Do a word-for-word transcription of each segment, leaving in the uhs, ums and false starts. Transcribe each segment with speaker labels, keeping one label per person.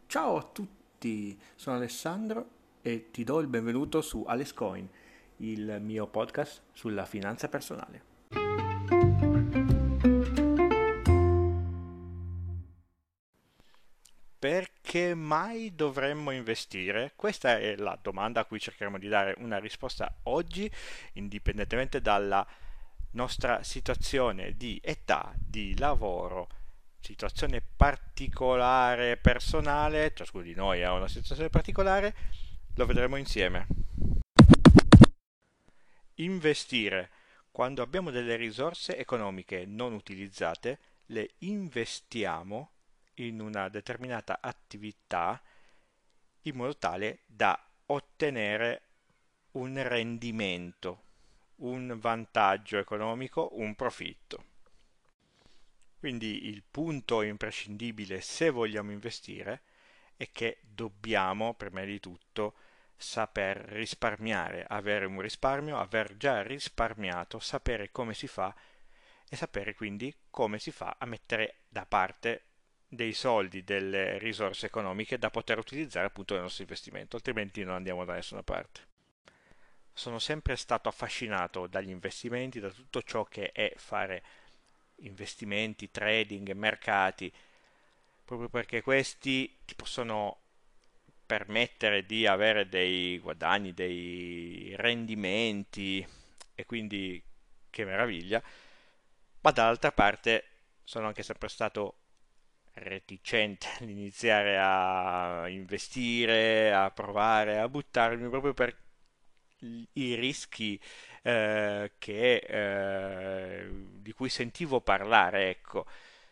Speaker 1: Ciao a tutti, sono Alessandro e ti do il benvenuto su Alescoin, il mio podcast sulla finanza personale. Perché mai dovremmo investire? Questa è la domanda a cui cercheremo di dare una risposta oggi, indipendentemente dalla nostra situazione di età, di lavoro, situazione particolare personale, ciascuno di noi ha una situazione particolare, lo vedremo insieme. Investire. Quando abbiamo delle risorse economiche non utilizzate, le investiamo in una determinata attività in modo tale da ottenere un rendimento, un vantaggio economico, un profitto. Quindi il punto imprescindibile se vogliamo investire è che dobbiamo, prima di tutto, saper risparmiare, avere un risparmio, aver già risparmiato, sapere come si fa e sapere quindi come si fa a mettere da parte dei soldi, delle risorse economiche da poter utilizzare appunto nel nostro investimento, altrimenti non andiamo da nessuna parte. Sono sempre stato affascinato dagli investimenti, da tutto ciò che è fare investimenti, trading, mercati, proprio perché questi ti possono permettere di avere dei guadagni, dei rendimenti e quindi che meraviglia, ma dall'altra parte sono anche sempre stato reticente all'iniziare a investire, a provare, a buttarmi proprio per i rischi eh, che, eh, di cui sentivo parlare, ecco.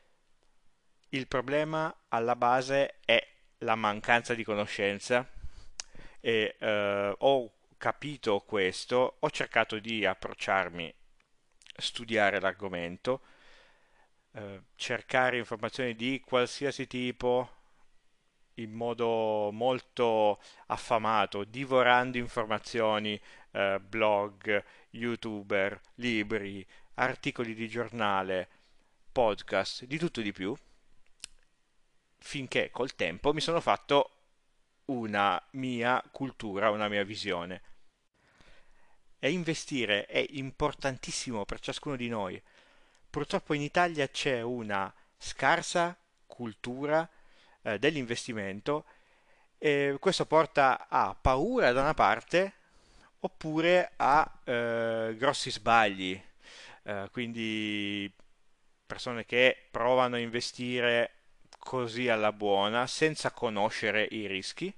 Speaker 1: Il problema alla base è la mancanza di conoscenza e eh, ho capito questo, ho cercato di approcciarmi, studiare l'argomento, eh, cercare informazioni di qualsiasi tipo in modo molto affamato, divorando informazioni, eh, blog, youtuber, libri, articoli di giornale, podcast, di tutto e di più, finché col tempo mi sono fatto una mia cultura, una mia visione. E investire è importantissimo per ciascuno di noi. Purtroppo in Italia c'è una scarsa cultura eh, dell'investimento e questo porta a paura da una parte oppure a eh, grossi sbagli. Eh, quindi persone che provano a investire così alla buona senza conoscere i rischi,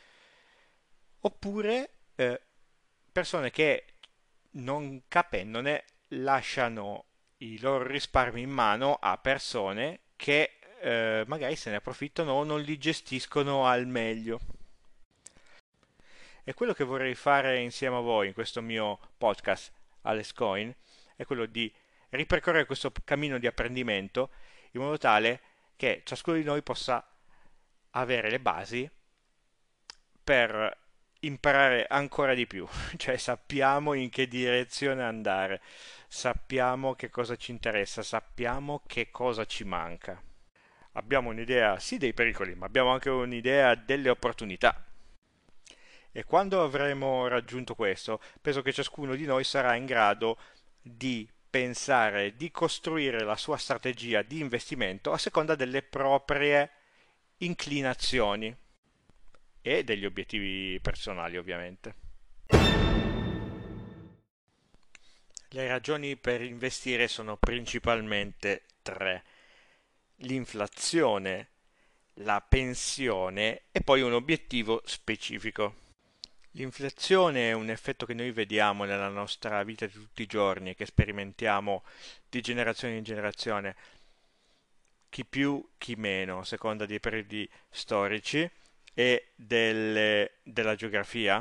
Speaker 1: oppure eh, persone che non capendone lasciano i loro risparmi in mano a persone che eh, magari se ne approfittano o non li gestiscono al meglio. E quello che vorrei fare insieme a voi in questo mio podcast, Alex Coin, è quello di ripercorrere questo cammino di apprendimento in modo tale che ciascuno di noi possa avere le basi per imparare ancora di più, cioè sappiamo in che direzione andare, sappiamo che cosa ci interessa, sappiamo che cosa ci manca. Abbiamo un'idea sì dei pericoli, ma abbiamo anche un'idea delle opportunità. E quando avremo raggiunto questo, penso che ciascuno di noi sarà in grado di pensare, di costruire la sua strategia di investimento a seconda delle proprie inclinazioni e degli obiettivi personali, ovviamente. Le ragioni per investire sono principalmente tre: l'inflazione, la pensione e poi un obiettivo specifico. L'inflazione è un effetto che noi vediamo nella nostra vita di tutti i giorni e che sperimentiamo di generazione in generazione, chi più, chi meno, a seconda dei periodi storici e delle- della geografia,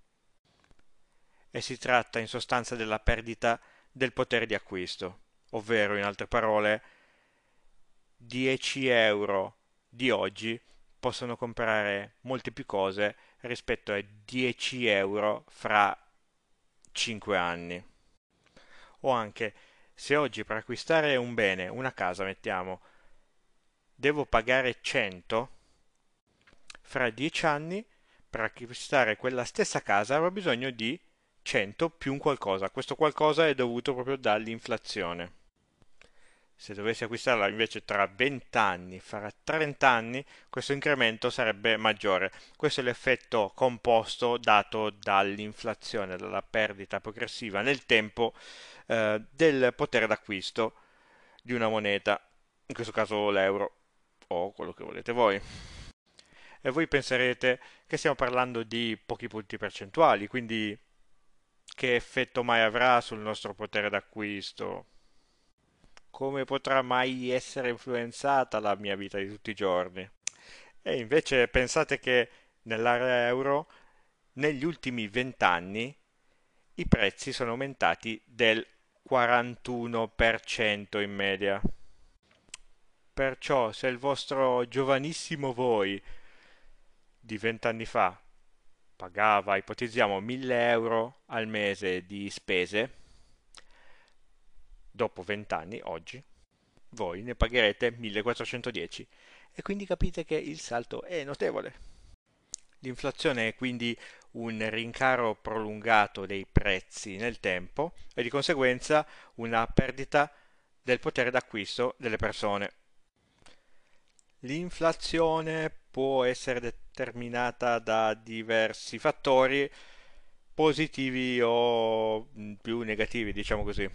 Speaker 1: e si tratta in sostanza della perdita del potere di acquisto, ovvero in altre parole dieci euro di oggi possono comprare molte più cose rispetto ai dieci euro fra cinque anni. O anche se oggi per acquistare un bene, una casa mettiamo, devo pagare cento, fra dieci anni per acquistare quella stessa casa avrò bisogno di cento più un qualcosa. Questo qualcosa è dovuto proprio dall'inflazione. Se dovessi acquistarla invece tra venti anni, fra trenta anni, questo incremento sarebbe maggiore. Questo è l'effetto composto dato dall'inflazione, dalla perdita progressiva nel tempo eh, del potere d'acquisto di una moneta, in questo caso l'euro o quello che volete voi. E voi penserete che stiamo parlando di pochi punti percentuali, quindi che effetto mai avrà sul nostro potere d'acquisto? Come potrà mai essere influenzata la mia vita di tutti i giorni? E invece pensate che nell'area euro negli ultimi vent'anni i prezzi sono aumentati del quarantuno per cento in media. Perciò se il vostro giovanissimo voi di vent'anni fa pagava, ipotizziamo, mille euro al mese di spese, dopo venti anni, oggi, voi ne pagherete millequattrocentodieci e quindi capite che il salto è notevole. L'inflazione è quindi un rincaro prolungato dei prezzi nel tempo e di conseguenza una perdita del potere d'acquisto delle persone. L'inflazione può essere determinata da diversi fattori positivi o più negativi, diciamo così.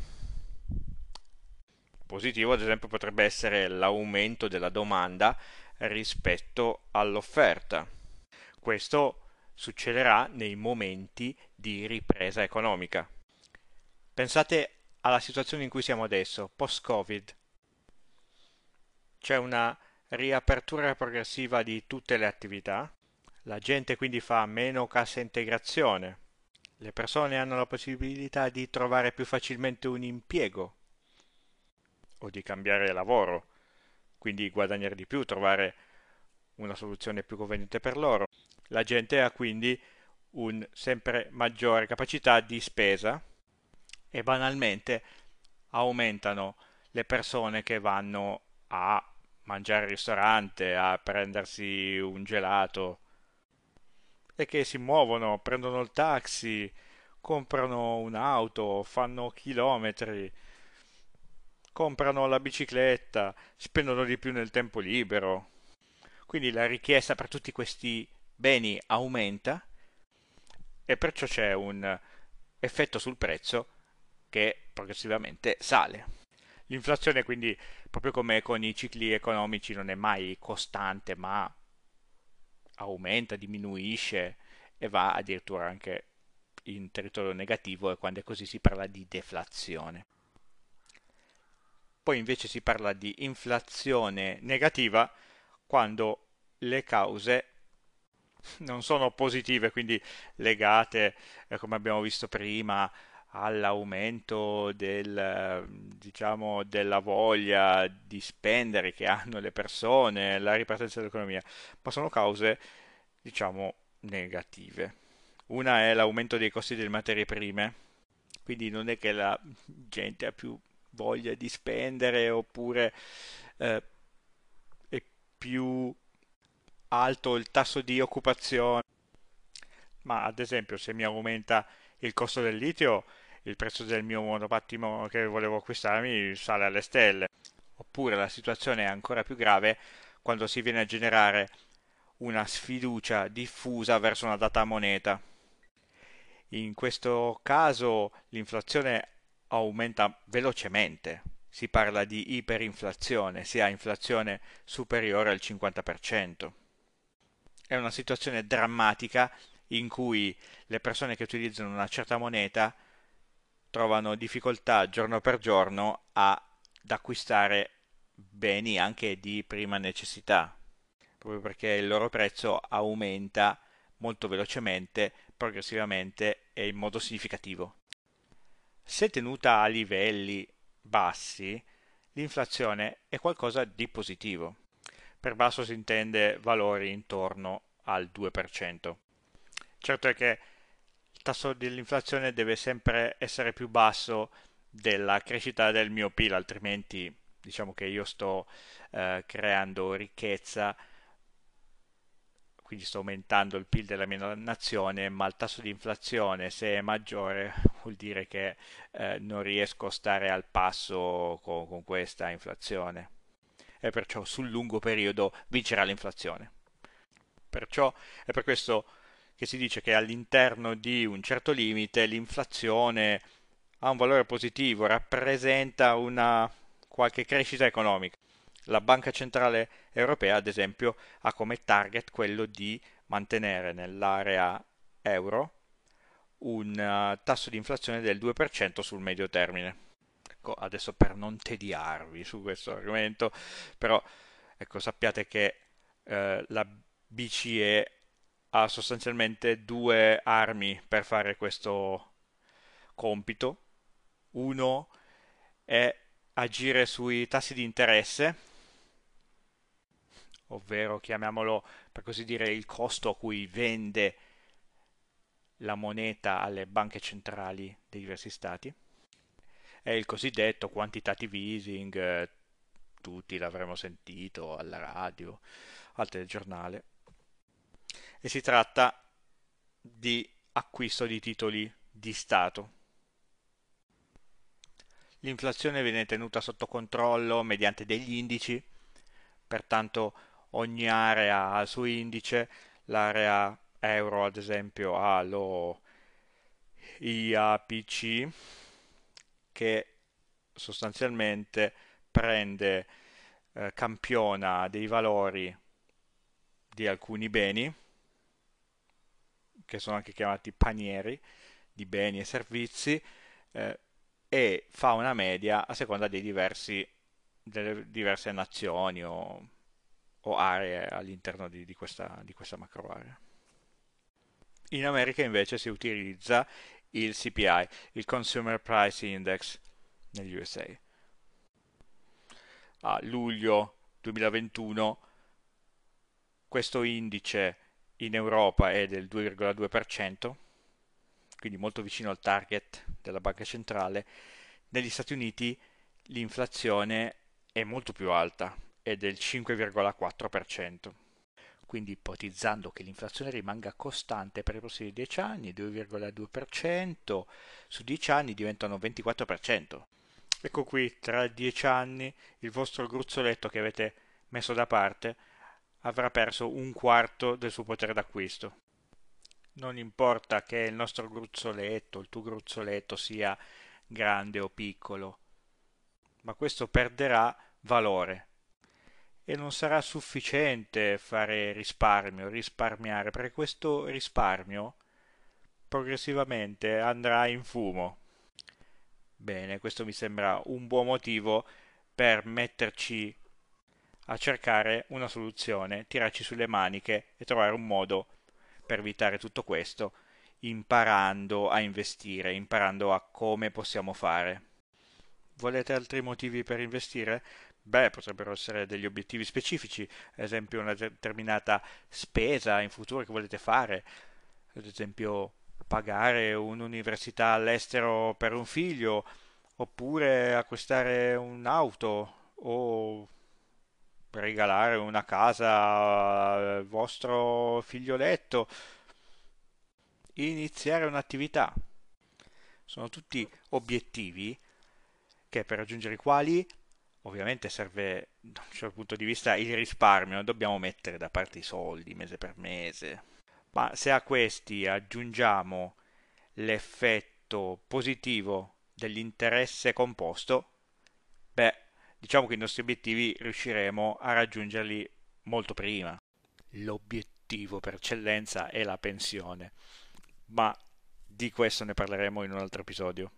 Speaker 1: Positivo, ad esempio, potrebbe essere l'aumento della domanda rispetto all'offerta. Questo succederà nei momenti di ripresa economica. Pensate alla situazione in cui siamo adesso, post-Covid. C'è una riapertura progressiva di tutte le attività, la gente quindi fa meno cassa integrazione, le persone hanno la possibilità di trovare più facilmente un impiego o di cambiare lavoro, quindi guadagnare di più, trovare una soluzione più conveniente per loro. La gente ha quindi un sempre maggiore capacità di spesa e banalmente aumentano le persone che vanno a mangiare al ristorante, a prendersi un gelato e che si muovono, prendono il taxi, comprano un'auto, fanno chilometri, comprano la bicicletta, spendono di più nel tempo libero. Quindi la richiesta per tutti questi beni aumenta e perciò c'è un effetto sul prezzo che progressivamente sale. L'inflazione quindi, proprio come con i cicli economici, non è mai costante, ma aumenta, diminuisce e va addirittura anche in territorio negativo e quando è così si parla di deflazione. Poi invece si parla di inflazione negativa quando le cause non sono positive, quindi legate, eh, come abbiamo visto prima, all'aumento del, eh, diciamo, della voglia di spendere che hanno le persone, la ripartenza dell'economia, ma sono cause, diciamo, negative. Una è l'aumento dei costi delle materie prime, quindi non è che la gente ha più voglia di spendere oppure eh, è più alto il tasso di occupazione, ma ad esempio se mi aumenta il costo del litio, il prezzo del mio monopattino che volevo acquistarmi sale alle stelle. Oppure la situazione è ancora più grave quando si viene a generare una sfiducia diffusa verso una data moneta. In questo caso l'inflazione aumenta velocemente. Si parla di iperinflazione, si ha inflazione superiore al cinquanta per cento. È una situazione drammatica in cui le persone che utilizzano una certa moneta trovano difficoltà giorno per giorno ad acquistare beni anche di prima necessità, proprio perché il loro prezzo aumenta molto velocemente, progressivamente e in modo significativo. Se tenuta a livelli bassi, l'inflazione è qualcosa di positivo. Per basso si intende valori intorno al due per cento. Certo è che il tasso dell'inflazione deve sempre essere più basso della crescita del mio P I L, altrimenti diciamo che io sto eh, creando ricchezza quindi sto aumentando il P I L della mia nazione, ma il tasso di inflazione, se è maggiore, vuol dire che eh, non riesco a stare al passo con, con questa inflazione e perciò sul lungo periodo vincerà l'inflazione. Perciò è per questo che si dice che all'interno di un certo limite l'inflazione ha un valore positivo, rappresenta una qualche crescita economica. La Banca Centrale Europea, ad esempio, ha come target quello di mantenere nell'area euro un uh, tasso di inflazione del due per cento sul medio termine. Ecco, adesso per non tediarvi su questo argomento, però ecco, sappiate che eh, la B C E ha sostanzialmente due armi per fare questo compito. Uno è agire sui tassi di interesse, ovvero chiamiamolo per così dire il costo a cui vende la moneta alle banche centrali dei diversi stati. È il cosiddetto quantitative easing, eh, tutti l'avremo sentito alla radio, al telegiornale, e si tratta di acquisto di titoli di Stato. L'inflazione viene tenuta sotto controllo mediante degli indici, pertanto ogni area ha il suo indice, l'area euro ad esempio ha lo I A P C che sostanzialmente prende, eh, campiona dei valori di alcuni beni, che sono anche chiamati panieri di beni e servizi, eh, e fa una media a seconda dei diversi, delle diverse nazioni o, o aree all'interno di, di questa, di questa macroarea. In America invece si utilizza il C P I, il Consumer Price Index, negli U S A. A luglio duemilaventuno questo indice in Europa è del due virgola due per cento, quindi molto vicino al target della banca centrale. Negli Stati Uniti l'inflazione è molto più alta, è del cinque virgola quattro per cento. Quindi ipotizzando che l'inflazione rimanga costante per i prossimi dieci anni, due virgola due per cento, su dieci anni diventano ventiquattro per cento. Ecco qui, tra dieci anni, il vostro gruzzoletto che avete messo da parte avrà perso un quarto del suo potere d'acquisto. Non importa che il nostro gruzzoletto, il tuo gruzzoletto sia grande o piccolo, ma questo perderà valore e non sarà sufficiente fare risparmio, risparmiare, perché questo risparmio progressivamente andrà in fumo. Bene, questo mi sembra un buon motivo per metterci a cercare una soluzione, tirarci sulle maniche e trovare un modo per evitare tutto questo, imparando a investire, imparando a come possiamo fare. Volete altri motivi per investire? Beh, potrebbero essere degli obiettivi specifici, ad esempio una determinata spesa in futuro che volete fare, ad esempio pagare un'università all'estero per un figlio, oppure acquistare un'auto o regalare una casa al vostro figlioletto, iniziare un'attività. Sono tutti obiettivi che per raggiungere i quali ovviamente serve da un certo punto di vista il risparmio, dobbiamo mettere da parte i soldi mese per mese. Ma se a questi aggiungiamo l'effetto positivo dell'interesse composto, beh, diciamo che i nostri obiettivi riusciremo a raggiungerli molto prima. L'obiettivo per eccellenza è la pensione, ma di questo ne parleremo in un altro episodio.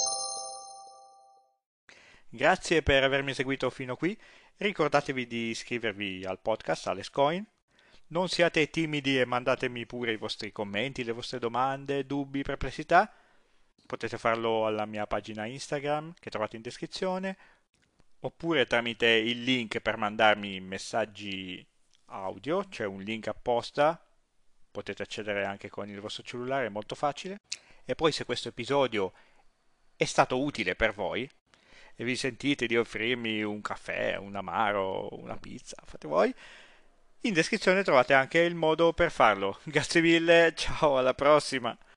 Speaker 1: Grazie per avermi seguito fino qui. Ricordatevi di iscrivervi al podcast Alex Coin. Non siate timidi e mandatemi pure i vostri commenti, le vostre domande, dubbi, perplessità. Potete farlo alla mia pagina Instagram che trovate in descrizione, oppure tramite il link per mandarmi messaggi audio, c'è un link apposta, potete accedere anche con il vostro cellulare, è molto facile. E poi se questo episodio è stato utile per voi e vi sentite di offrirmi un caffè, un amaro, una pizza, fate voi, In descrizione trovate anche il modo per farlo. Grazie mille, ciao, alla prossima!